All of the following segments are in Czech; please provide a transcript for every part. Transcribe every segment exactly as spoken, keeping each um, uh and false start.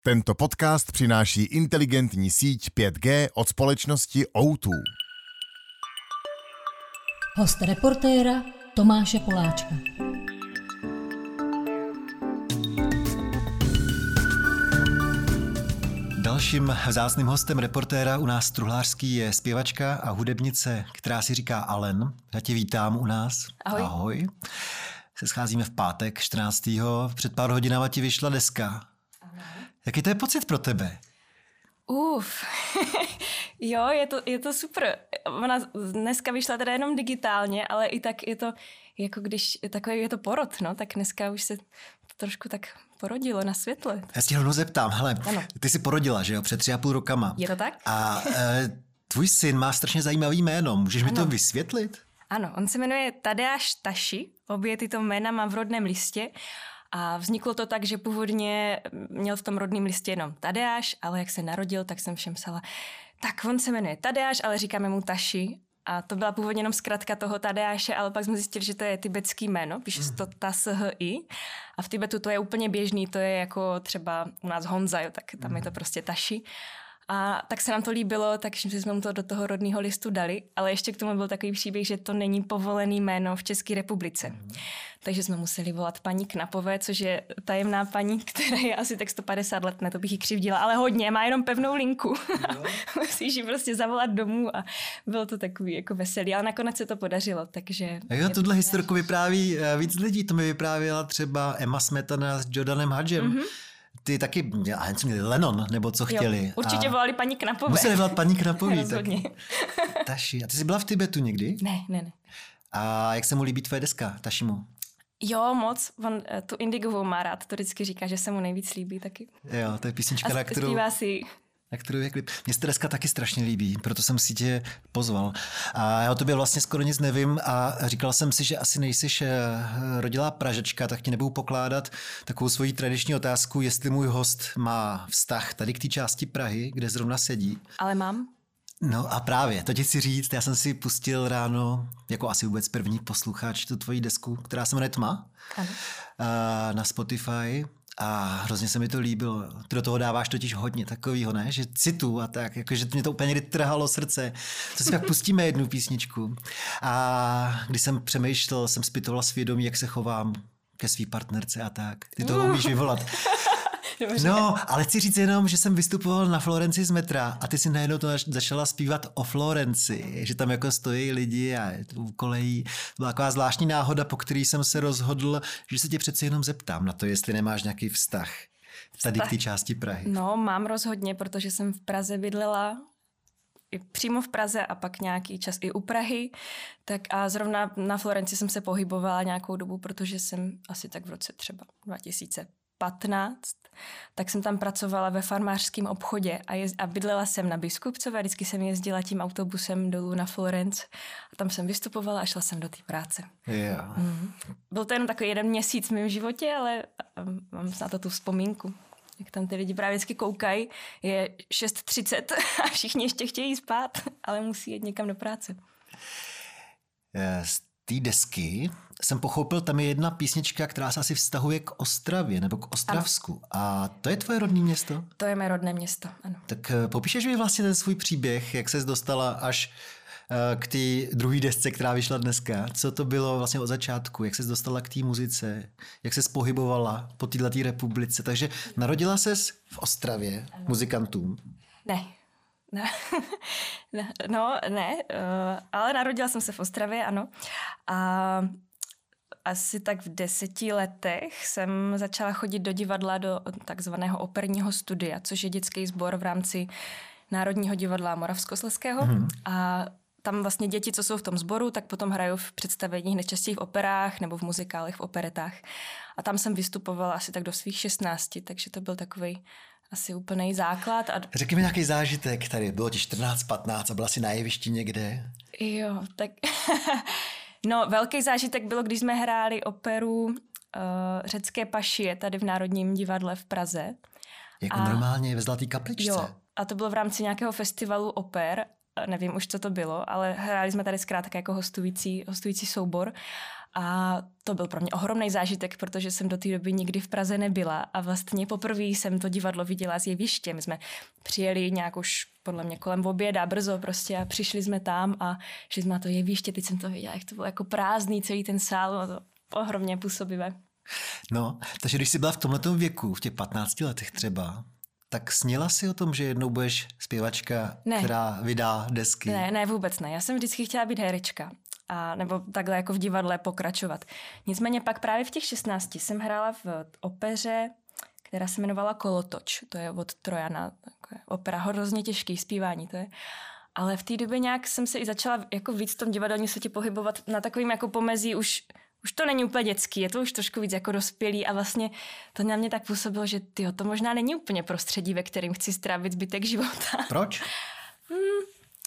Tento podcast přináší inteligentní síť pět G od společnosti O dva. Host reportéra Tomáše Poláčka. Dalším vzácným hostem reportéra u nás Truhlářský je zpěvačka a hudebnice, která si říká Alen. Já tě vítám u nás. Ahoj. Ahoj. Se scházíme v pátek čtrnáctého Před pár hodinama ti vyšla deska. Ano. Jaký to je pocit pro tebe? Uf, jo, je to, je to super. Ona dneska vyšla teda jenom digitálně, ale i tak je to, jako když takový je to porod, no, tak dneska už se to trošku tak porodilo na světle. Já se tě rovnou zeptám, hele, ano. Ty jsi porodila, že jo, před tři a půl rokama. Je to tak? A e, tvůj syn má strašně zajímavý jméno, můžeš ano. mi to vysvětlit? Ano, on se jmenuje Tadeáš Taši, obě tyto jména mám v rodném listě. A vzniklo to tak, že původně měl v tom rodném listě jenom Tadeáš, ale jak se narodil, tak jsem všem psala, tak on se jmenuje Tadeáš, ale říkáme mu Taši. A to byla původně jenom zkratka toho Tadeáše, ale pak jsme zjistili, že to je tibetský jméno, píše se to Ta-S-H-I. A v Tibetu to je úplně běžný, to je jako třeba u nás Honza, jo, tak tam je to prostě Taši. A tak se nám to líbilo, takže jsme mu to do toho rodného listu dali, ale ještě k tomu byl takový příběh, že to není povolený jméno v České republice. Mm. Takže jsme museli volat paní Knapové, což je tajemná paní, která je asi tak sto padesát let, ne, to bych jí křivdila, ale hodně, má jenom pevnou linku. No. Musíš ji prostě zavolat domů a bylo to takový jako veselý, ale nakonec se to podařilo, takže... A jo, tuhle historku vypráví víc lidí, to mi vyprávěla třeba Emma Smetana s Jordanem Hadgem. Mm-hmm. Ty taky, já nevím, co měli, Lennon, nebo co chtěli. Jo, určitě a volali paní Knapové. Museli volat paní Knapový. Rozhodně. Tak. Taši, a ty jsi byla v Tibetu někdy? Ne, ne, ne. A jak se mu líbí tvoje deska, Tašimu? Jo, moc. On tu Indigovou má rád, to vždycky říká, že se mu nejvíc líbí taky. Jo, to je písnička, a na kterou... zpívá si... na kterou je klip. Mně se ta deska taky strašně líbí, proto jsem si tě pozval. A já o tobě vlastně skoro nic nevím a říkal jsem si, že asi nejsiš rodilá Pražečka, tak ti nebudu pokládat takovou svoji tradiční otázku, jestli můj host má vztah tady k té části Prahy, kde zrovna sedí. Ale mám. No a právě, to ti chci říct, já jsem si pustil ráno, jako asi vůbec první posluchač, tu tvoji desku, která se jmenuje Tma, ano. na Spotify. A hrozně se mi to líbilo. Ty do toho dáváš totiž hodně takovýho, ne? Že citu a tak, jakože mě to úplně někdy trhalo srdce. To si tak pustíme jednu písničku. A když jsem přemýšlel, jsem zpytoval svědomí, jak se chovám ke svý partnerce a tak. Ty to umíš vyvolat. No, ale chci říct jenom, že jsem vystupoval na Florenci z metra a ty si najednou to začala zpívat o Florenci, že tam jako stojí lidi a u kolejí. Byla taková zvláštní náhoda, po který jsem se rozhodl, že se tě přeci jenom zeptám na to, jestli nemáš nějaký vztah tady k té části Prahy. No, mám rozhodně, protože jsem v Praze bydlela, i přímo v Praze a pak nějaký čas i u Prahy, tak a zrovna na Florenci jsem se pohybovala nějakou dobu, protože jsem asi tak v roce třeba dva tisíce patnáct, tak jsem tam pracovala ve farmářském obchodě a, jezd, a bydlela jsem na Biskupcové, vždycky jsem jezdila tím autobusem dolů na Florenc a tam jsem vystupovala a šla jsem do té práce. Yeah. Mm. Byl to jenom takový jeden měsíc v mém životě, ale mám na to tu vzpomínku. Jak tam ty lidi právě vždycky koukají, je šest třicet a všichni ještě chtějí spát, ale musí jít někam do práce. Yes. Té desky jsem pochopil, tam je jedna písnička, která se asi vztahuje k Ostravě nebo k Ostravsku. Ano. A to je tvoje rodné město? To je mé rodné město, ano. Tak popíšeš mi vlastně ten svůj příběh, jak ses dostala až k té druhé desce, která vyšla dneska. Co to bylo vlastně od začátku? Jak ses dostala k té muzice? Jak ses pohybovala po této republice? Takže narodila ses v Ostravě, ano. Muzikantům? Ne. No, no, ne, ale narodila jsem se v Ostravě, ano. A asi tak v deseti letech jsem začala chodit do divadla, do takzvaného operního studia, což je dětský sbor v rámci Národního divadla Moravskoslezského. Hmm. A tam vlastně děti, co jsou v tom sboru, tak potom hrajou v představeních, nejčastěji v operách nebo v muzikálech, v operetách. A tam jsem vystupovala asi tak do svých šestnácti, takže to byl takový asi úplný základ. A... Řekni mi nějaký zážitek tady. Bylo ti čtrnáct patnáct a byla jsi na jevišti někde? Jo, tak... no, velký zážitek bylo, když jsme hráli operu uh, Řecké pašie tady v Národním divadle v Praze. Jako a... normálně ve Zlatý kapličce? Jo, a to bylo v rámci nějakého festivalu oper. Nevím už, co to bylo, ale hráli jsme tady zkrátka jako hostující, hostující soubor. A to byl pro mě ohromný zážitek, protože jsem do té doby nikdy v Praze nebyla a vlastně poprvé jsem to divadlo viděla z jeviště. My jsme přijeli nějak už podle mě kolem oběda, brzo prostě a přišli jsme tam a šli jsme na to jeviště. Teď jsem to viděla, jak to bylo jako prázdný celý ten sál, no to ohromně působivé. No, takže když jsi byla v tomhletom věku, v těch patnácti letech třeba, tak sněla jsi o tom, že jednou budeš zpěvačka, ne. která vydá desky? Ne, ne, vůbec ne. Já jsem vždycky chtěla být herečka. A nebo takhle jako v divadle pokračovat. Nicméně pak právě v těch šestnácti jsem hrála v opeře, která se jmenovala Kolotoč. To je od Trojana. Opera, hrozně těžký zpívání to je. Ale v té době nějak jsem se i začala jako víc v tom divadelním světě pohybovat na takovým jako pomezí už Už to není úplně dětský, je to už trošku víc jako dospělý a vlastně to na mě tak působilo, že tyjo, to možná není úplně prostředí, ve kterém chci strávit zbytek života. Proč? Hmm,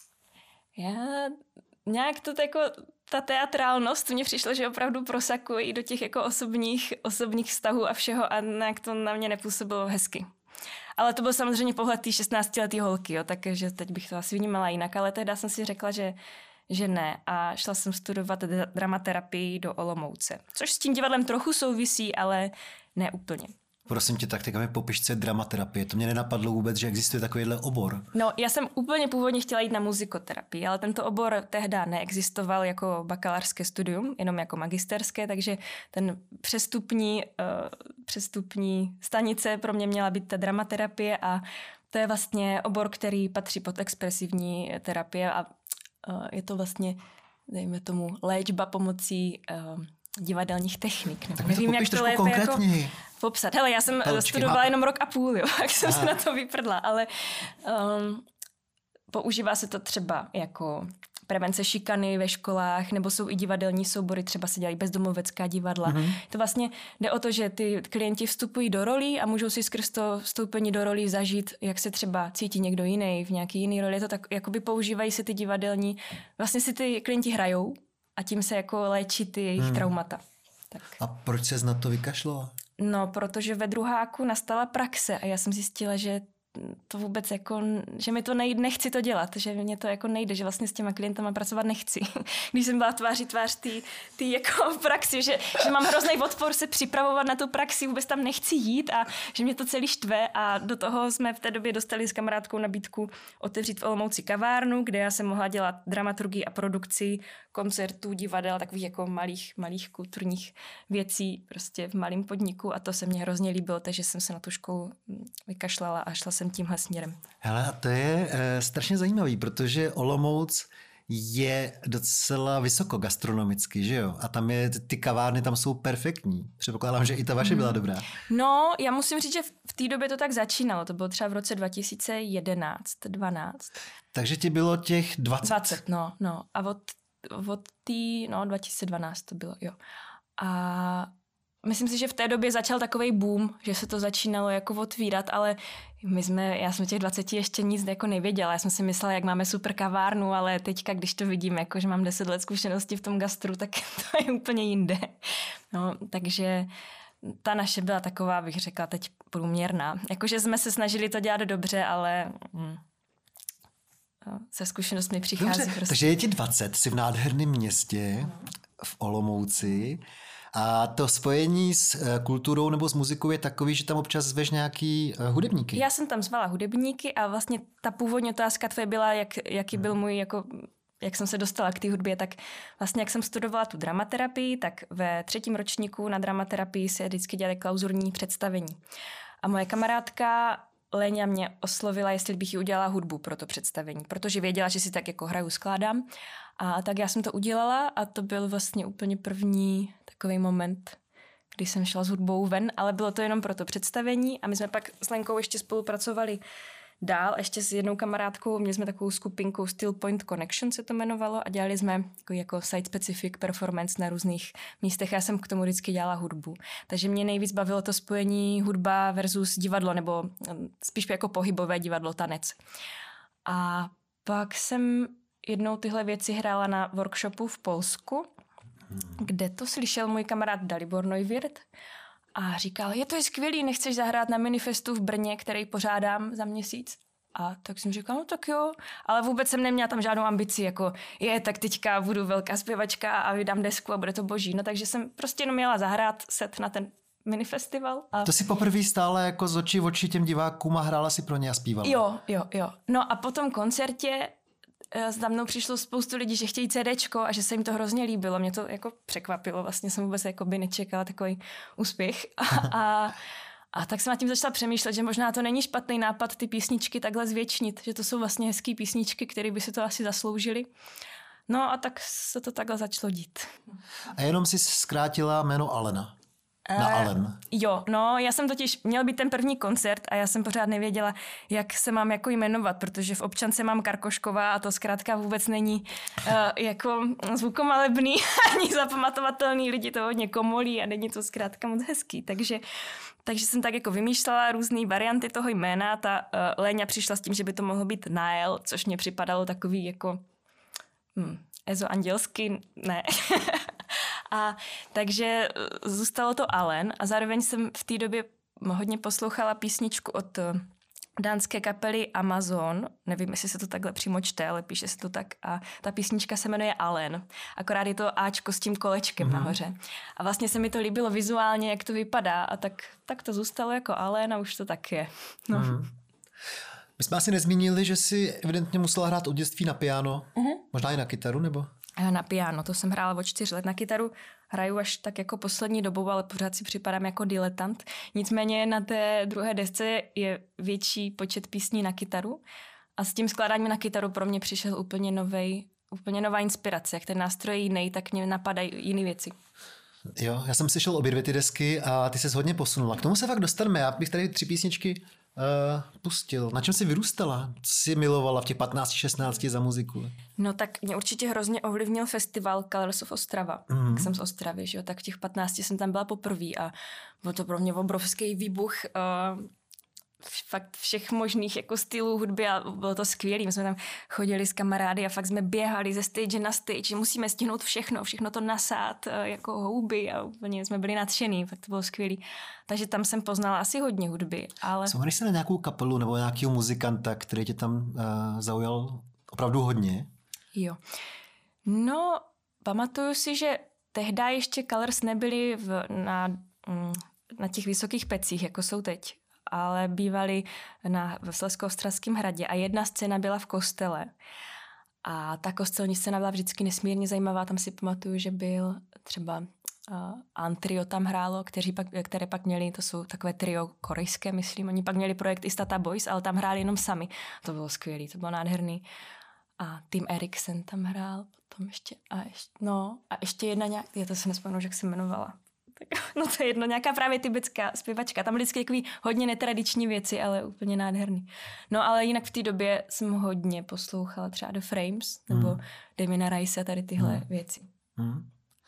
já nějak to jako ta teatrálnost mně přišlo, že opravdu prosakuje i do těch jako osobních, osobních vztahů a všeho a nějak to na mě nepůsobilo hezky. Ale to byl samozřejmě pohled té šestnáctiletý holky, jo, takže teď bych to asi vnímala jinak, ale tehdy jsem si řekla, že že ne a šla jsem studovat dramaterapii do Olomouce, což s tím divadlem trochu souvisí, ale ne úplně. Prosím tě, tak teďka mi popiš, co je dramaterapie. To mě nenapadlo vůbec, že existuje takovýhle obor. No, já jsem úplně původně chtěla jít na muzikoterapii, ale tento obor tehdy neexistoval jako bakalářské studium, jenom jako magisterské, takže ten přestupní, uh, přestupní stanice pro mě měla být ta dramaterapie a to je vlastně obor, který patří pod expresivní terapie a uh, je to vlastně, dejme tomu, léčba pomocí uh, divadelních technik. Tak mi to popiš trošku konkrétně. Jako popsat. Hele, já jsem Paločky, studovala má... jenom rok a půl, jo, tak jsem Aha. se na to vyprdla, ale um, používá se to třeba jako prevence šikany ve školách, nebo jsou i divadelní soubory, třeba se dělají bezdomovecká divadla. Mm-hmm. To vlastně jde o to, že ty klienti vstupují do rolí a můžou si skrz to vstoupení do rolí zažít, jak se třeba cítí někdo jiný v nějaký jiný roli. Je to tak, jakoby používají se ty divadelní, vlastně si ty klienti hrajou a tím se jako léčí ty jejich hmm. traumata. Tak. A proč ses na to vykašlala? No, protože ve druháku nastala praxe a já jsem zjistila, že to vůbec jako, že mi to nejde, nechci to dělat, že mě to jako nejde, že vlastně s těma klientama pracovat nechci. Když jsem byla tváří tvář ty jako praxi, že, že mám hrozný odpor se připravovat na tu praxi, vůbec tam nechci jít a že mě to celý štve a do toho jsme v té době dostali s kamarádkou nabídku otevřít v Olomouci kavárnu, kde já jsem mohla dělat dramaturgii a produkci koncertů, divadel, takových jako malých, malých kulturních věcí prostě v malém podniku a to se mně hrozně líbilo, takže jsem se na tu školu vykašlala a šla jsem tímhle směrem. Hele, a to je e, strašně zajímavý, protože Olomouc je docela vysoko gastronomicky, že jo? A tam je, ty kavárny tam jsou perfektní. Předpokládám, že i ta vaše byla dobrá. No, já musím říct, že v té době to tak začínalo. To bylo třeba v roce dva tisíce jedenáct, dvanáct. Takže ti bylo těch dvacet. dvacet, no, no. A od, od té, no, dva tisíce dvanáct to bylo, jo. A myslím si, že v té době začal takovej boom, že se to začínalo jako otvírat, ale my jsme, já jsem těch dvaceti ještě nic jako nevěděla. Já jsem si myslela, jak máme super kavárnu, ale teďka, když to vidím, jako, že mám deset let zkušenosti v tom gastru, tak to je úplně jinde. No, takže ta naše byla taková, bych řekla, teď průměrná. Jakože jsme se snažili to dělat dobře, ale hm, se zkušenostmi přichází. Dobře, prostě. Takže je ti dvacet, jsi v nádherném městě, v Olomouci. A to spojení s kulturou nebo s muzikou je takový, že tam občas zveš nějaký hudebníky. Já jsem tam zvala hudebníky a vlastně ta původní otázka tvoje byla, jak, jaký byl můj, jako, jak jsem se dostala k té hudbě, tak vlastně jak jsem studovala tu dramaterapii, tak ve třetím ročníku na dramaterapii se vždycky dělaly klauzurní představení. A moje kamarádka Léňa mě oslovila, jestli bych jí udělala hudbu pro to představení, protože věděla, že si tak jako hraju, skládám. A tak já jsem to udělala a to byl vlastně úplně první takový moment, kdy jsem šla s hudbou ven, ale bylo to jenom pro to představení a my jsme pak s Lenkou ještě spolupracovali dál, ještě s jednou kamarádkou, měli jsme takovou skupinku Still Point Connection se to jmenovalo a dělali jsme jako site-specific performance na různých místech. Já jsem k tomu vždycky dělala hudbu. Takže mě nejvíc bavilo to spojení hudba versus divadlo, nebo spíš jako pohybové divadlo, tanec. A pak jsem jednou tyhle věci hrála na workshopu v Polsku, kde to slyšel můj kamarád Dalibor Neuwirth a říkal, je to je skvělý, nechceš zahrát na Minifestu v Brně, který pořádám za měsíc? A tak jsem říkala, no tak jo, ale vůbec jsem neměla tam žádnou ambici, jako je, tak teďka budu velká zpěvačka a vydám desku a bude to boží. No takže jsem prostě jenom měla zahrát set na ten minifestival. A... To si poprvé stále jako z očí v oči těm divákům a hrála si pro ně a zpívala. Jo, jo, jo. No a po tom koncertě za mnou přišlo spoustu lidí, že chtějí CDčko a že se jim to hrozně líbilo. Mě to jako překvapilo, vlastně jsem vůbec jako by nečekala takový úspěch. A, a, a tak jsem nad tím začala přemýšlet, že možná to není špatný nápad ty písničky takhle zvětšnit, že to jsou vlastně hezký písničky, které by si to asi zasloužily. No a tak se to takhle začalo dít. A jenom si zkrátila jméno Alena. Na uh, Alen. Jo, no já jsem totiž, měl být ten první koncert a já jsem pořád nevěděla, jak se mám jako jmenovat, protože v občance mám Karkošková a to zkrátka vůbec není uh, jako zvukomalebný ani zapamatovatelný, lidi to hodně komolí a není to zkrátka moc hezký, takže takže jsem tak jako vymýšlela různé varianty toho jména. Ta uh, Léňa přišla s tím, že by to mohlo být Nael, což mě připadalo takový jako hm, ezo andělsky, ne. A takže zůstalo to Alen a zároveň jsem v té době hodně poslouchala písničku od dánské kapely Amazon. Nevím, jestli se to takhle přímo čte, ale píše se to tak. A ta písnička se jmenuje Alen. Akorát je to Ačko s tím kolečkem mm-hmm. nahoře. A vlastně se mi to líbilo vizuálně, jak to vypadá. A tak, tak to zůstalo jako Alen a už to tak je. No. Mm. My jsme asi nezmínili, že jsi evidentně musela hrát od dětství na piano. Mm-hmm. Možná i na kytaru, nebo? Na piano, to jsem hrála o čtyři let. Na kytaru hraju až tak jako poslední dobou, ale pořád si připadám jako diletant. Nicméně na té druhé desce je větší počet písní na kytaru a s tím skládáním na kytaru pro mě přišel úplně novej, úplně nová inspirace. Jak ten nástroj je jiný, tak mě napadají jiné věci. Jo, já jsem slyšel obě dvě ty desky a ty ses hodně posunula. K tomu se fakt dostaneme. Já bych tady tři písničky Uh, pustil. Na čem jsi vyrůstala? Co jsi milovala v těch patnácti šestnácti za muziku? No tak mě určitě hrozně ovlivnil festival Colors of Ostrava. Mm. Tak jsem z Ostravy, že jo? Tak v těch patnácti jsem tam byla poprvé a byl to pro mě obrovský výbuch uh, fakt všech možných jako stylů hudby a bylo to skvělé. My jsme tam chodili s kamarády a fakt jsme běhali ze stage na stage. Musíme stihnout všechno, všechno to nasát jako houby a úplně jsme byli nadšený. Fakt to bylo skvělé. Takže tam jsem poznala asi hodně hudby. Ale... Vzpomeneš se na nějakou kapelu nebo nějakého muzikanta, který tě tam uh, zaujal opravdu hodně? Jo. No, pamatuju si, že tehdy ještě Colors nebyli v, na, na těch vysokých pecích, jako jsou teď, ale bývali na, v Slezsko-Ostravském hradě a jedna scéna byla v kostele. A ta kostelní scéna byla vždycky nesmírně zajímavá. Tam si pamatuju, že byl třeba uh, Antrio tam hrálo, kteří pak, které pak měli, to jsou takové trio korejské, myslím. Oni pak měli projekt Istata Boys, ale tam hráli jenom sami. To bylo skvělé, to bylo nádherný. A Tim Eriksen tam hrál, potom ještě, a ještě, no, a ještě jedna nějak, já to se nespomenu, jak se jmenovala. No to je jedno, nějaká právě tibetská zpěvačka. Tam byly vždycky takový hodně netradiční věci, ale úplně nádherný. No ale jinak v té době jsem hodně poslouchala třeba The Frames nebo mm. Damina Rice, tady tyhle mm. věci. Mm.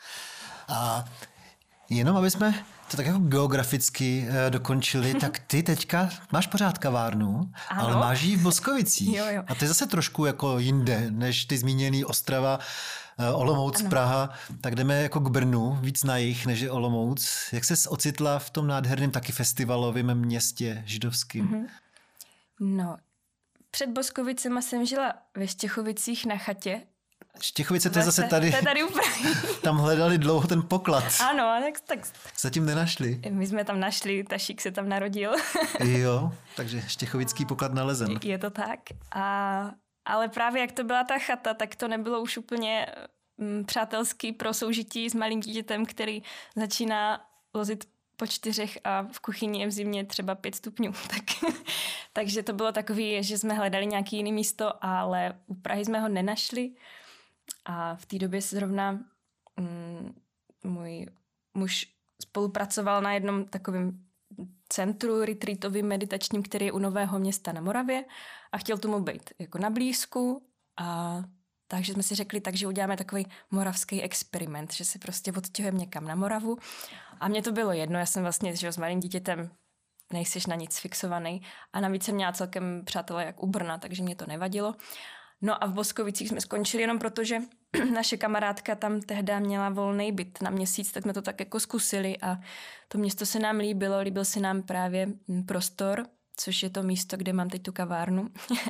A jenom, aby jsme to tak jako geograficky uh, dokončili, tak ty teďka máš pořád kavárnu, ano. ale máš ji v Boskovicích. Jo, jo. A to je zase trošku jako jinde, než ty zmíněný Ostrava, uh, Olomouc, ano. Praha. Tak jdeme jako k Brnu, víc na jih, než je Olomouc. Jak ses ocitla v tom nádherném taky festivalovém městě židovským? Mm-hmm. No, před Boskovicema jsem žila ve Štěchovicích na chatě. Štěchovice, to je zase tady. To je tady úplně. Tam hledali dlouho ten poklad. Ano, tak, tak. Zatím nenašli. My jsme tam našli, Tašík se tam narodil. Jo, takže štěchovický poklad nalezen. Je to tak. A, ale právě jak to byla ta chata, tak to nebylo už úplně m, přátelský pro soužití s malým dítětem, který začíná lozit po čtyřech a v kuchyni je v zimě třeba pět stupňů. Tak, takže to bylo takový, že jsme hledali nějaké jiné místo, ale u Prahy jsme ho nenašli. A v té době zrovna mm, můj muž spolupracoval na jednom takovém centru retreatovým meditačním, který je u Nového Města na Moravě a chtěl tomu být jako na blízku. A takže jsme si řekli, takže uděláme takový moravský experiment, že si prostě odtěhujeme někam na Moravu. A mně to bylo jedno, já jsem vlastně že s malým dítětem nejsiš na nic fixovaný a navíc jsem měla celkem přátelé jak u Brna, takže mě to nevadilo. No a v Boskovicích jsme skončili jenom proto, že naše kamarádka tam tehdy měla volný byt na měsíc, tak jsme to tak jako zkusili a to město se nám líbilo, líbil se nám právě prostor což je to místo, kde mám teď tu kavárnu.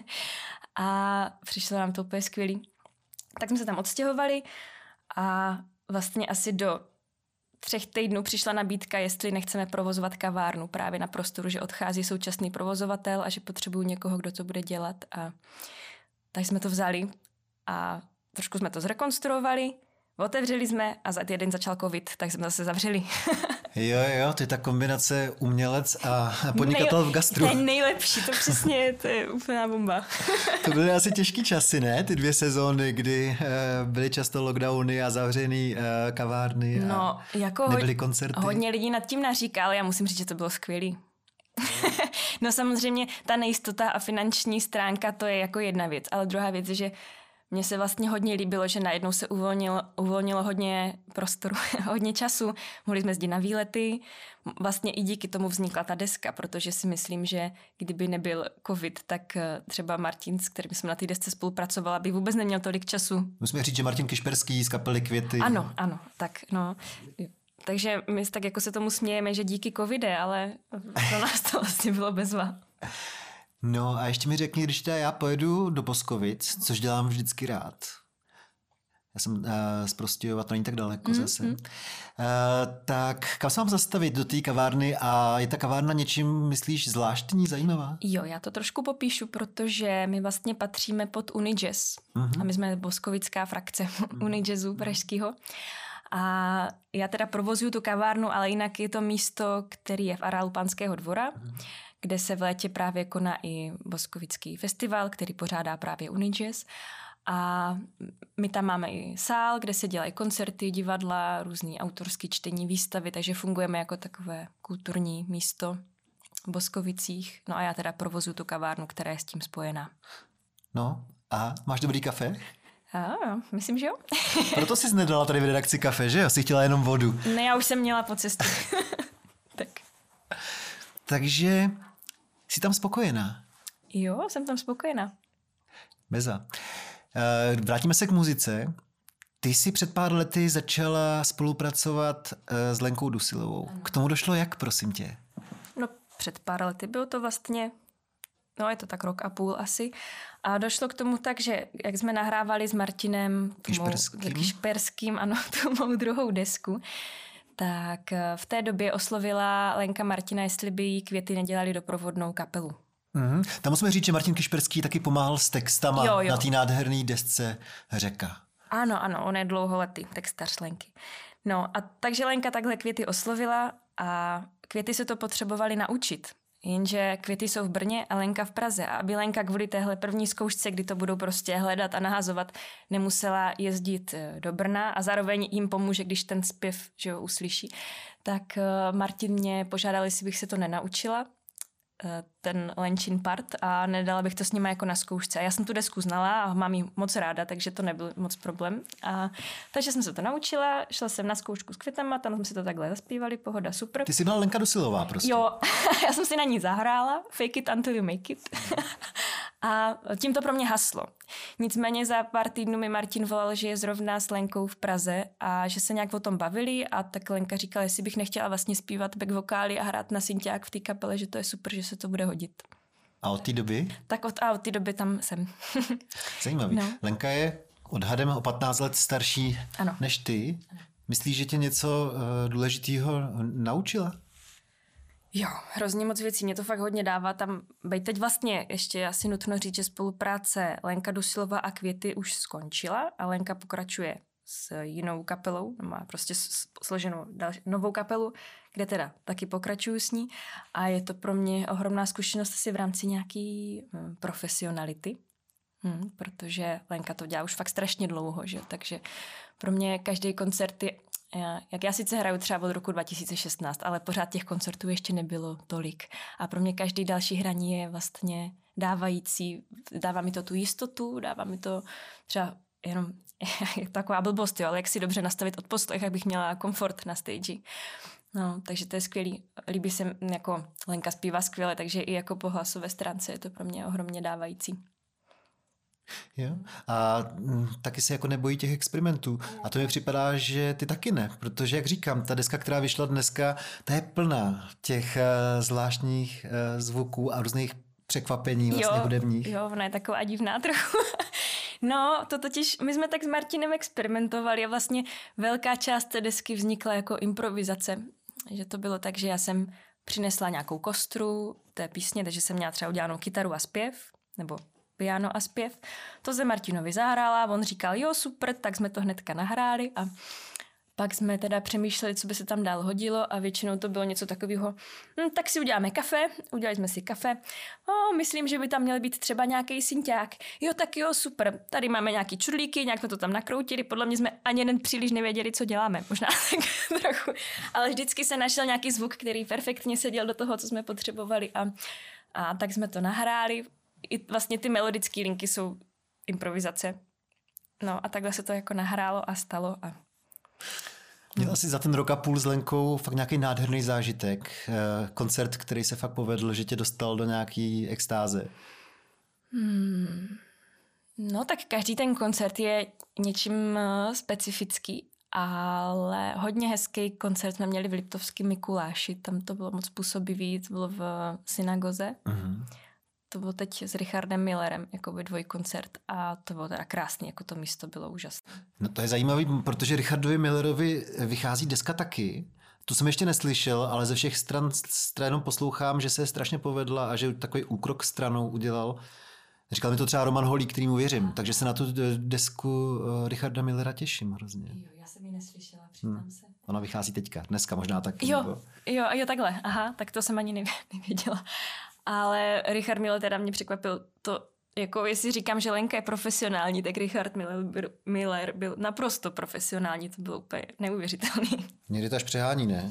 A přišlo nám to úplně skvělý. Tak jsme se tam odstěhovali a vlastně asi do třech týdnů přišla nabídka, jestli nechceme provozovat kavárnu právě na prostoru, že odchází současný provozovatel a že potřebují někoho, kdo to bude dělat. A tak jsme to vzali a trošku jsme to zrekonstruovali, otevřeli jsme a za týden začal covid, tak jsme zase zavřeli. Jo, jo, to je ta kombinace umělec a podnikatel v gastru. To je nejlepší, to přesně, to je úplná bomba. To byly asi těžký časy, ne? Ty dvě sezóny, kdy uh, byly často lockdowny a zavřený uh, kavárny a no, jako nebyly koncerty. Hodně lidí nad tím naříká, ale já musím říct, že to bylo skvělý. No samozřejmě ta nejistota a finanční stránka, to je jako jedna věc, ale druhá věc je, že mně se vlastně hodně líbilo, že najednou se uvolnilo, uvolnilo hodně prostoru, hodně času. Mohli jsme jezdit na výlety. Vlastně i díky tomu vznikla ta deska, protože si myslím, že kdyby nebyl covid, tak třeba Martin, s kterým jsme na té desce spolupracovala, by vůbec neměl tolik času. Musíme říct, že Martin Kišperský z kapely Květy. Ano, ano, tak no. Takže my tak jako se tomu smějeme, že díky covide, ale pro nás to vlastně bylo bezva. No a ještě mi řekni, když teda já pojedu do Boskovic, což dělám vždycky rád. Já jsem uh, z Prostějova, to není tak daleko mm, zase. Mm. Uh, tak kam se mám zastavit do té kavárny a je ta kavárna něčím, myslíš, zvláštní, zajímavá? Jo, já to trošku popíšu, protože my vlastně patříme pod Unijazz. Mm-hmm. A my jsme boskovická frakce mm. Unijazzu pražského. A já teda provozuju tu kavárnu, ale jinak je to místo, který je v areálu Panského dvora, mm. kde se v létě právě koná i boskovický festival, který pořádá právě Unijazz. A my tam máme i sál, kde se dělají koncerty, divadla, různý autorský čtení, výstavy, takže fungujeme jako takové kulturní místo v Boskovicích. No a já teda provozuju tu kavárnu, která je s tím spojená. No a máš dobrý kafe? A, myslím, že jo. Proto jsi nedala tady v redakci kafe, že jo? Jsi chtěla jenom vodu. Ne, já už jsem měla po cestu. Tak. Takže jsi tam spokojená? Jo, jsem tam spokojená. Beza. Vrátíme se k muzice. Ty jsi před pár lety začala spolupracovat s Lenkou Dusilovou. K tomu došlo jak, prosím tě? No, před pár lety bylo to vlastně, no je to tak rok a půl asi. A došlo k tomu tak, že jak jsme nahrávali s Martinem Kišperským, Kišperským ano, tu mou druhou desku, tak v té době oslovila Lenka Martina, jestli by jí Květy nedělali doprovodnou kapelu. Mm-hmm. Tam musíme říct, že Martin Kišperský taky pomáhal s textama jo, jo. na té nádherné desce Řeka. Ano, ano, on je dlouholetý textař Lenky. No a takže Lenka takhle Květy oslovila a Květy se to potřebovali naučit. Jenže Květy jsou v Brně a Lenka v Praze. A aby Lenka kvůli téhle první zkoušce, kdy to budou prostě hledat a nahazovat, nemusela jezdit do Brna a zároveň jim pomůže, když ten zpěv, že ho uslyší, tak Martin mě požádal, jestli bych se to nenaučila, ten Lenčin part, a nedala bych to s nima jako na zkoušce. A já jsem tu desku znala a mám ji moc ráda, takže to nebyl moc problém. A, takže jsem se to naučila, šla jsem na zkoušku s Květama, tam jsme si to takhle zaspívali, pohoda, super. Ty jsi byla Lenka Dusilová prostě. Jo, já jsem si na ní zahrála, fake it until you make it. A tím to pro mě haslo. Nicméně za pár týdnů mi Martin volal, že je zrovna s Lenkou v Praze a že se nějak o tom bavili a tak Lenka říkala, jestli bych nechtěla vlastně zpívat back vokály a hrát na synťák v té kapele, že to je super, že se to bude hodit. A od té doby? Tak od, a od té doby tam jsem. Zajímavý. No. Lenka je odhadem o patnáct let starší ano. než ty. Myslíš, že tě něco uh, důležitého naučila? Jo, hrozně moc věcí, mě to fakt hodně dává tam bejt. Teď vlastně ještě asi nutno říct, že spolupráce Lenka Dusilová a Květy už skončila a Lenka pokračuje s jinou kapelou, má prostě složenou další, novou kapelu, kde teda taky pokračuju s ní a je to pro mě ohromná zkušenost asi v rámci nějaký hm, profesionality, hm, protože Lenka to dělá už fakt strašně dlouho, že? Takže pro mě každý koncert je, jak já sice hraju třeba od roku dva tisíce šestnáct, ale pořád těch koncertů ještě nebylo tolik a pro mě každý další hraní je vlastně dávající, dává mi to tu jistotu, dává mi to třeba jenom je taková blbost, jo, ale jak si dobře nastavit odposlech, jak bych měla komfort na stage. No, takže to je skvělý. Líbí se, jako Lenka zpívá skvěle, takže i jako po hlasové stránce je to pro mě ohromně dávající. Jo? A m, taky se jako nebojí těch experimentů. A to mi připadá, že ty taky ne, protože jak říkám, ta deska, která vyšla dneska, ta je plná těch uh, zvláštních uh, zvuků a různých překvapení vlastně jo, hudebních. Jo, ona je taková divná trochu. No, to totiž, my jsme tak s Martinem experimentovali a vlastně velká část té desky vznikla jako improvizace. Že to bylo tak, že já jsem přinesla nějakou kostru té písně, takže jsem měla třeba udělanou kytaru a zpěv, nebo piano a zpěv. To se Martinovi zahrála, on říkal, jo, super, tak jsme to hnedka nahráli a pak jsme teda přemýšleli, co by se tam dál hodilo a většinou to bylo něco takového, hm, tak si uděláme kafe, udělali jsme si kafe, o, myslím, že by tam měl být třeba nějaký synťák, jo, tak jo, super, tady máme nějaký čudlíky, nějak jsme to tam nakroutili, podle mě jsme ani jeden příliš nevěděli, co děláme, možná tak trochu, ale vždycky se našel nějaký zvuk, který perfektně seděl do toho, co jsme potřebovali a, a tak jsme to nahráli. I vlastně ty melodické linky jsou improvizace. No a takhle se to jako nahrálo a stalo a Měla jsi za ten rok a půl s Lenkou fakt nějaký nádherný zážitek. Koncert, který se fakt povedl, že tě dostal do nějaký extáze. Hmm. No tak každý ten koncert je něčím specifický, ale hodně hezký koncert jsme měli v Liptovském Mikuláši. Tam to bylo moc působivý, to bylo v synagoze. Mm-hmm. To bylo teď s Richardem Millerem, jakoby dvojkoncert a to bylo teda krásný, jako to místo bylo úžasné. No to je zajímavý, protože Richardovi Millerovi vychází deska taky. Tu jsem ještě neslyšel, ale ze všech stran, stran poslouchám, že se strašně povedla a že takový úkrok stranou udělal. Říkal mi to třeba Roman Holík, kterýmu věřím, takže se na tu desku Richarda Millera těším hrozně. Jo, já jsem ji neslyšela, přiznám hmm. se. Ona vychází teďka, dneska možná taky. Jo, nebo... jo, jo, takhle, aha, tak to jsem ani nevěděla. Ale Richard Miller teda mě překvapil to, jako jestli říkám, že Lenka je profesionální, tak Richard Miller byl, Miller byl naprosto profesionální, to bylo úplně neuvěřitelný. Někdy to až přehání, ne?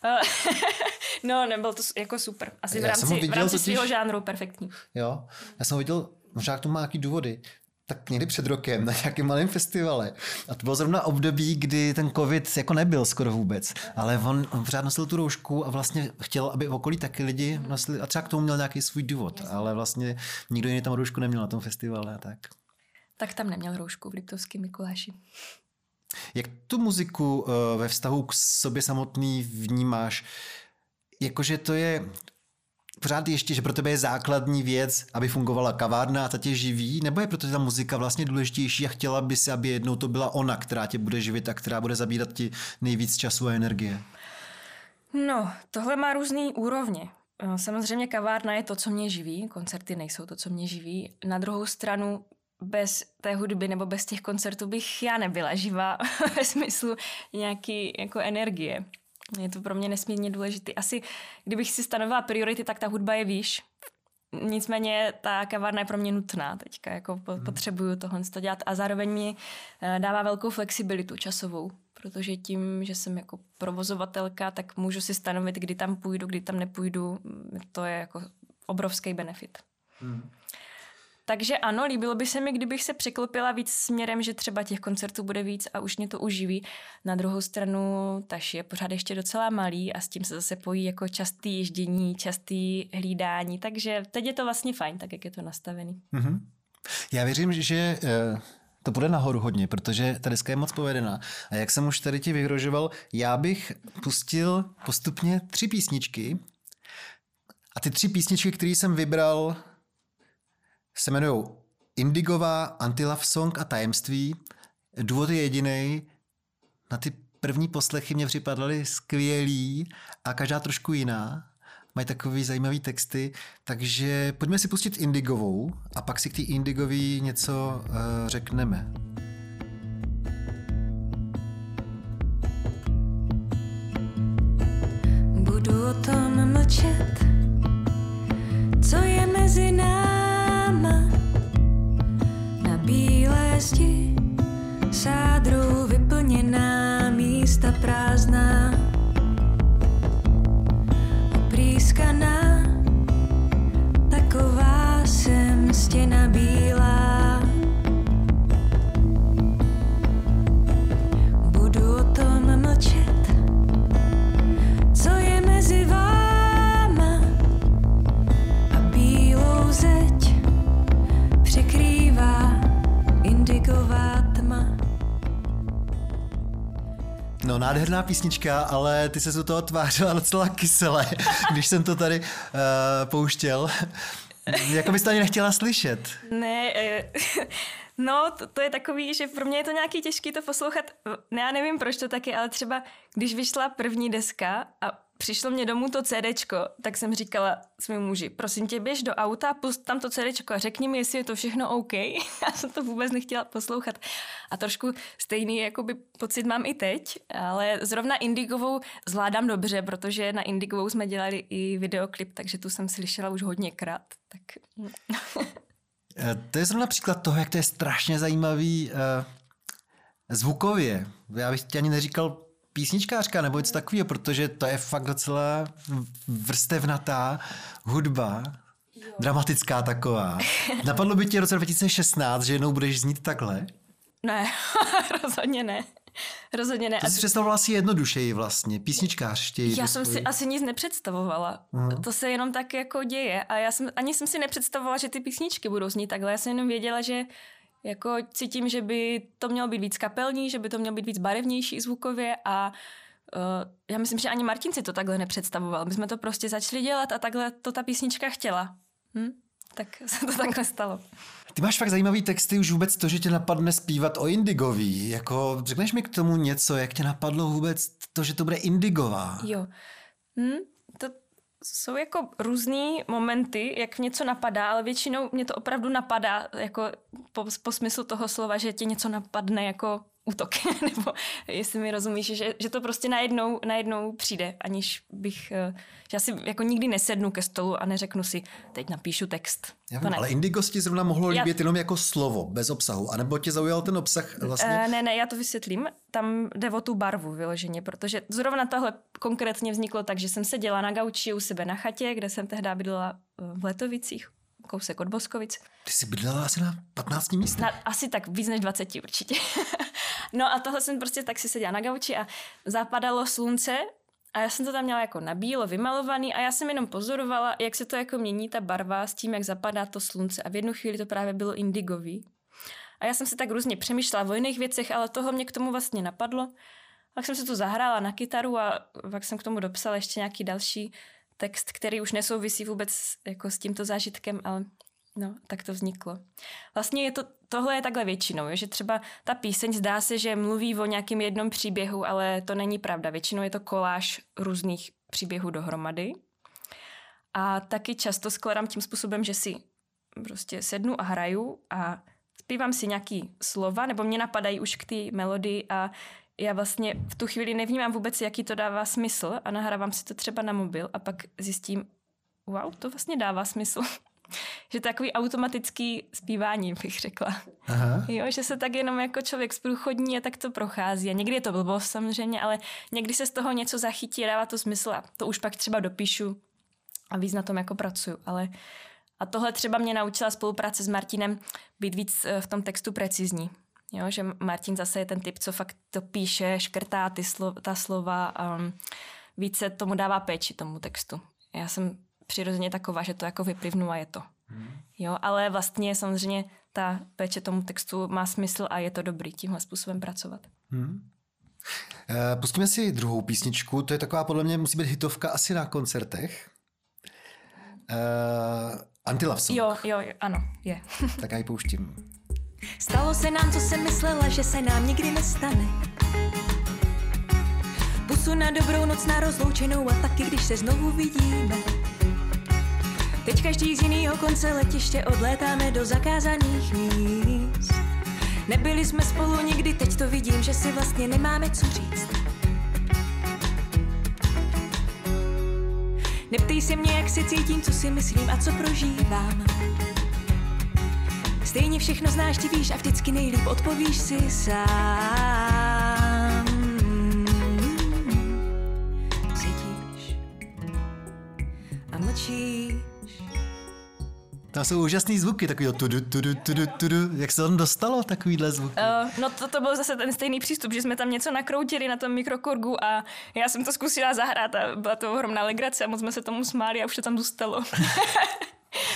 No, nebyl to jako super. Asi v rámci, v rámci svého žánru perfektní. Jo, já jsem ho viděl, možná k tomu má nějaký důvody, tak někdy před rokem na nějakém malém festivale. A to bylo zrovna období, kdy ten covid jako nebyl skoro vůbec. Ale on, on pořád nosil tu roušku a vlastně chtěl, aby v okolí taky lidi nosili. A třeba k tomu měl nějaký svůj důvod. Ale vlastně nikdo jiný tam roušku neměl na tom festivale a tak. Tak tam neměl roušku v Liptovském Mikuláši. Jak tu muziku uh, ve vztahu k sobě samotný vnímáš? Jakože to je... Pořád ještě, že pro tebe je základní věc, aby fungovala kavárna a ta tě živí, nebo je pro tebe ta muzika vlastně důležitější a chtěla by si, aby jednou to byla ona, která tě bude živit a která bude zabírat ti nejvíc času a energie? No, tohle má různý úrovně. Samozřejmě kavárna je to, co mě živí, koncerty nejsou to, co mě živí. Na druhou stranu bez té hudby nebo bez těch koncertů bych já nebyla živá ve smyslu nějaký jako energie. Je to pro mě nesmírně důležitý. Asi, kdybych si stanovila priority, tak ta hudba je výš. Nicméně ta kavárna je pro mě nutná teďka, jako potřebuju tohle dělat a zároveň mi dává velkou flexibilitu časovou, protože tím, že jsem jako provozovatelka, tak můžu si stanovit, kdy tam půjdu, kdy tam nepůjdu. To je jako obrovský benefit. Hmm. Takže ano, líbilo by se mi, kdybych se překlopila víc směrem, že třeba těch koncertů bude víc a už mě to uživí. Na druhou stranu Taši je pořád ještě docela malý a s tím se zase pojí jako častý ježdění, častý hlídání, takže teď je to vlastně fajn, tak jak je to nastavený. Mm-hmm. Já věřím, že uh, to bude nahoru hodně, protože ta deska je moc povedená. A jak jsem už tady ti vyhrožoval, já bych pustil postupně tři písničky a ty tři písničky, které jsem vybral, se jmenují Indigová, Anti-Love Song a Tajemství. Důvod je jedinej. Na ty první poslechy mě připadaly skvělý a každá trošku jiná. Mají takový zajímavý texty, takže pojďme si pustit Indigovou a pak si k té Indigový něco uh, řekneme. Budu o tom mlčet, co je mezi náma. Na bílé zdi sádrou vyplněná, místa prázdná, oprýskaná, taková jsem stěna bílá. nádherná písnička, ale ty se u toho tvářila docela kysele, když jsem to tady uh, pouštěl. Jako bys to ani nechtěla slyšet. Ne, no to, to je takový, že pro mě je to nějaký těžký to poslouchat. Ne, já nevím, proč to taky, ale třeba když vyšla první deska a přišlo mě domů to CDčko, tak jsem říkala svému muži, prosím tě, běž do auta, pust tam to CDčko a řekni mi, jestli je to všechno OK. Já jsem to vůbec nechtěla poslouchat. A trošku stejný jakoby pocit mám i teď, ale zrovna Indigovou zvládám dobře, protože na Indigovou jsme dělali i videoklip, takže tu jsem slyšela už hodněkrát. Tak... To je zrovna příklad toho, jak to je strašně zajímavý uh, zvukově. Já bych tě ani neříkal písničkářka nebo něco takového, protože to je fakt docela vrstevnatá hudba, jo. Dramatická taková. Napadlo by tě v roce dva tisíce šestnáct, že jednou budeš znít takhle? Ne, rozhodně ne. Rozhodně ne. To si představovala asi jednodušeji vlastně, písničkářštěji. Já jsem si asi nic nepředstavovala. Uh-huh. To se jenom tak jako děje a já jsem, ani jsem si nepředstavovala, že ty písničky budou znít takhle. Já jsem jenom věděla, že jako cítím, že by to mělo být víc kapelní, že by to mělo být víc barevnější zvukově a uh, já myslím, že ani Martin si to takhle nepředstavoval. My jsme to prostě začali dělat a takhle to ta písnička chtěla. Hm? Tak se to takhle stalo. Ty máš fakt zajímavý texty, už vůbec to, že tě napadne zpívat o Indigový. Jako, řekneš mi k tomu něco, jak tě napadlo vůbec to, že to bude Indigová? Jo. Hm? To jsou jako různý momenty, jak něco napadá, ale většinou mě to opravdu napadá jako po, po smyslu toho slova, že tě něco napadne jako útok, nebo jestli mi rozumíš, že, že to prostě najednou, najednou přijde, aniž bych, že já si jako nikdy nesednu ke stolu a neřeknu si, teď napíšu text. Já vím, ale Indigo ti zrovna mohlo líbit já... jenom jako slovo, bez obsahu, anebo tě zaujal ten obsah vlastně? Uh, ne, ne, já to vysvětlím. Tam jde o tu barvu vyloženě, protože zrovna tohle konkrétně vzniklo tak, že jsem seděla na gauči u sebe na chatě, kde jsem tehdy bydlela v Letovicích, kousek od Boskovic. Ty jsi bydlela asi na patnácti místech? Na, asi tak víc než dvaceti určitě. No a tohle jsem prostě tak si seděla na gauči a zapadalo slunce a já jsem to tam měla jako na bílo vymalovaný a já jsem jenom pozorovala, jak se to jako mění ta barva s tím, jak zapadá to slunce a v jednu chvíli to právě bylo indigový. A já jsem si tak různě přemýšlela o jiných věcech, ale tohle mě k tomu vlastně napadlo. Tak jsem si to zahrála na kytaru a pak jsem k tomu dopsala ještě nějaký další text, který už nesouvisí vůbec jako s tímto zážitkem, ale no, tak to vzniklo. Vlastně je to, tohle je takhle většinou, že třeba ta píseň zdá se, že mluví o nějakém jednom příběhu, ale to není pravda. Většinou je to koláž různých příběhů dohromady. A taky často skladám tím způsobem, že si prostě sednu a hraju a zpívám si nějaký slova, nebo mě napadají už k té melodii a já vlastně v tu chvíli nevnímám vůbec, jaký to dává smysl a nahrávám si to třeba na mobil a pak zjistím, wow, to vlastně dává smysl. Že takový automatický zpívání, bych řekla. Aha. Jo, že se tak jenom jako člověk zprůchodní a tak to prochází. A někdy je to blbost samozřejmě, ale někdy se z toho něco zachytí a dává to smysl a to už pak třeba dopíšu a víc na tom jako pracuju. Ale a tohle třeba mě naučila spolupráce s Martinem být víc v tom textu precizní. Jo, že Martin zase je ten typ, co fakt to píše, škrtá ty slo- ta slova a více tomu dává péči tomu textu. Já jsem přirozeně taková, že to jako vyplivnu a je to. Hmm. Jo, ale vlastně samozřejmě ta péče tomu textu má smysl a je to dobrý tímhle způsobem pracovat. Hmm. E, pustíme si druhou písničku, to je taková podle mě musí být hitovka asi na koncertech. E, Anti-Love Song. Jo, jo, jo, ano, je. Tak já ji pouštím. Stalo se nám, co jsem myslela, že se nám nikdy nestane. Pusu na dobrou noc, na rozloučenou a taky, když se znovu vidíme. Teď každý z jinýho konce letiště odlétáme do zakázaných míst. Nebyli jsme spolu nikdy, teď to vidím, že si vlastně nemáme co říct. Neptej se mě, jak se cítím, co si myslím a co prožívám. Stejně všechno znáš, ty víš a vždycky nejlíp odpovíš si sám. Sedíš a mlčíš. Tam jsou úžasný zvuky, takový tudu, tudu, tudu, tudu. Jak se tam dostalo takovýhle zvuky? Uh, no to, to byl zase ten stejný přístup, že jsme tam něco nakroutili na tom mikrokorgu a já jsem to zkusila zahrát a byla to ohromná legrace a moc jsme se tomu smáli a už to tam zůstalo.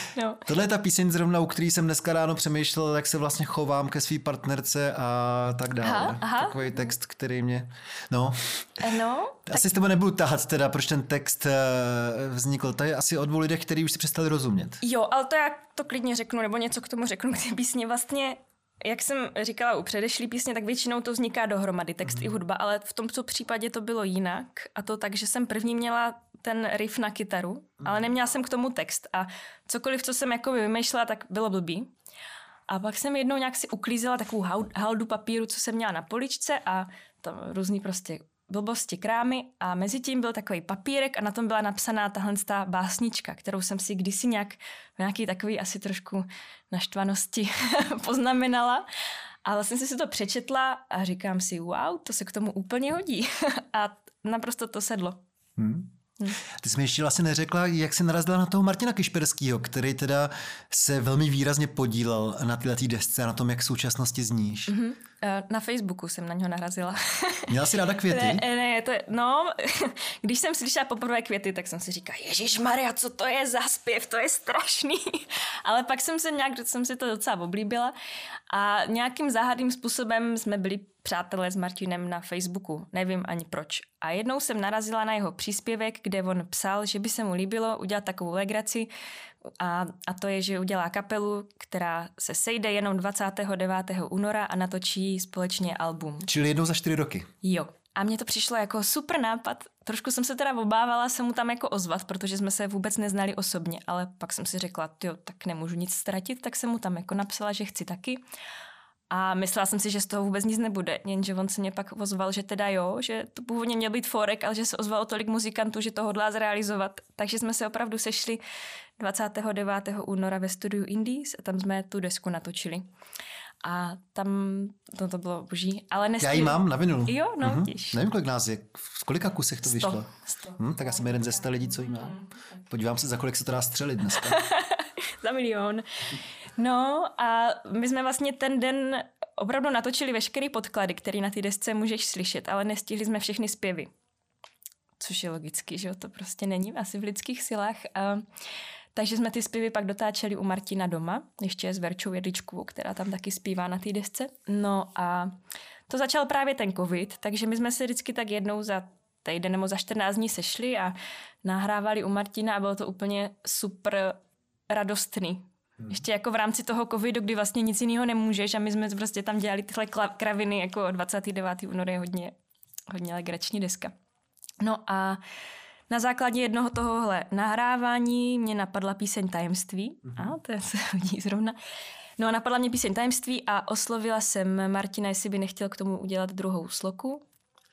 No. Tohle je ta píseň zrovna, u který jsem dneska ráno přemýšlel, jak se vlastně chovám ke své partnerce a tak dále. Aha, aha. Takový text, který mě... No, No, asi s tebou nebudu tahat teda, proč ten text vznikl. To je asi o dvou lidech, kteří už si přestali rozumět. jo, ale to já to klidně řeknu, nebo něco k tomu řeknu k té písni. Vlastně, jak jsem říkala u předešlý písně, tak většinou to vzniká dohromady, text mm. i hudba, ale v tomto případě to bylo jinak. A to tak, že jsem první měla ten riff na kytaru, mm. ale neměla jsem k tomu text. A cokoliv, co jsem jakoby vymýšlela, tak bylo blbý. A pak jsem jednou nějak si uklízela takovou haldu papíru, co jsem měla na poličce a tam různý prostě blbosti, krámy a mezi tím byl takový papírek a na tom byla napsaná tahle básnička, kterou jsem si kdysi nějak v nějaký takový asi trošku naštvanosti poznamenala. A vlastně jsem si to přečetla a říkám si, wow, to se k tomu úplně hodí. A naprosto to sedlo. Hmm. Hmm. Ty jsi mi ještě vlastně neřekla, jak jsi narazila na toho Martina Kišperskýho, který teda se velmi výrazně podílel na této desce a na tom, jak v současnosti zníš. Mm-hmm. Na Facebooku jsem na něho narazila. Měla jsi ráda Květy? Ne, ne, to je, no, když jsem slyšela poprvé Květy, tak jsem si říkala, ježišmarja, co to je za zpěv, to je strašný. Ale pak jsem se nějak, jsem si to docela oblíbila a nějakým záhadným způsobem jsme byli přátelé s Martinem na Facebooku. Nevím ani proč. A jednou jsem narazila na jeho příspěvek, kde on psal, že by se mu líbilo udělat takovou legraci a, a to je, že udělá kapelu, která se sejde jenom dvacátého devátého února a natočí společně album. Čili jednou za čtyři roky. Jo. A mně to přišlo jako super nápad. Trošku jsem se teda obávala se mu tam jako ozvat, protože jsme se vůbec neznali osobně, ale pak jsem si řekla, jo, tak nemůžu nic ztratit, tak jsem mu tam jako napsala, že chci taky. A myslela jsem si, že z toho vůbec nic nebude, jenže on se mě pak ozval, že teda jo, že to původně měl být forek, ale že se ozvalo tolik muzikantů, že to hodlá zrealizovat. Takže jsme se opravdu sešli dvacátého devátého února ve studiu Indies a tam jsme tu desku natočili. A tam to, to bylo boží, ale nestihli. Já ji mám na vinilu. Jo, no, uh-huh. těž. Nevím, kolik nás je, v kolika kusech to sto, vyšlo. sto. Hm, tak já jsem jeden ze sta lidí, co ji má. Podívám se, za kolik se to dá střelit dneska. Za milion. No a my jsme vlastně ten den opravdu natočili veškeré podklady, které na té desce můžeš slyšet, ale nestihli jsme všechny zpěvy. Což je logicky, že to prostě není asi v lidských silách. A takže jsme ty zpěvy pak dotáčeli u Martina doma, ještě s Verčou Jedličkovou, která tam taky zpívá na té desce. No a to začal právě ten covid, takže my jsme se vždycky tak jednou za týden nebo za čtrnáct dní sešli a nahrávali u Martina a bylo to úplně super radostný. Ještě jako v rámci toho covidu, kdy vlastně nic jiného nemůžeš a my jsme prostě tam dělali tyhle kraviny, jako dvacátého devátého února je hodně, hodně legrační deska. No a na základě jednoho tohohle nahrávání mě napadla píseň Tajemství. Mm-hmm. A to se hodí zrovna. No a napadla mě píseň Tajemství a oslovila jsem Martina, jestli by nechtěl k tomu udělat druhou sloku.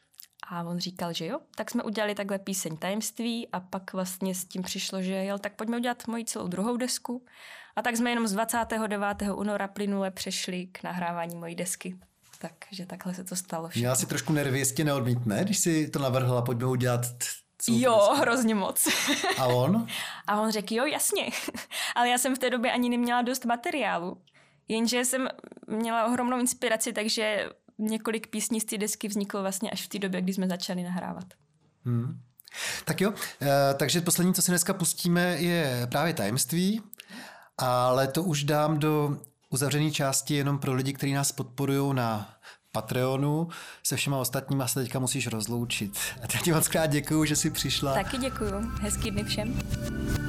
A on říkal, že jo. Tak jsme udělali takhle píseň Tajemství a pak vlastně s tím přišlo, že jel, tak pojďme udělat moji celou druhou desku. A tak jsme jenom z dvacátého devátého února plynule přešli k nahrávání mojí desky. Takže takhle se to stalo všechno. Měla si trošku nervy, jestli neodmítne, když si to navrhla, pojďme udělat... Jo, hrozně moc. A on? A on řekl, jo, jasně. Ale já jsem v té době ani neměla dost materiálu. Jenže jsem měla ohromnou inspiraci, takže několik písní z té desky vzniklo vlastně až v té době, kdy jsme začali nahrávat. Hmm. Tak jo, takže poslední, co si dneska pustíme, je právě Tajemství, ale to už dám do uzavřené části jenom pro lidi, kteří nás podporují na Patreonu. Se všema ostatníma se teďka musíš rozloučit. A teď ti moc krát děkuju, že jsi přišla. Taky děkuju. Hezký dny všem.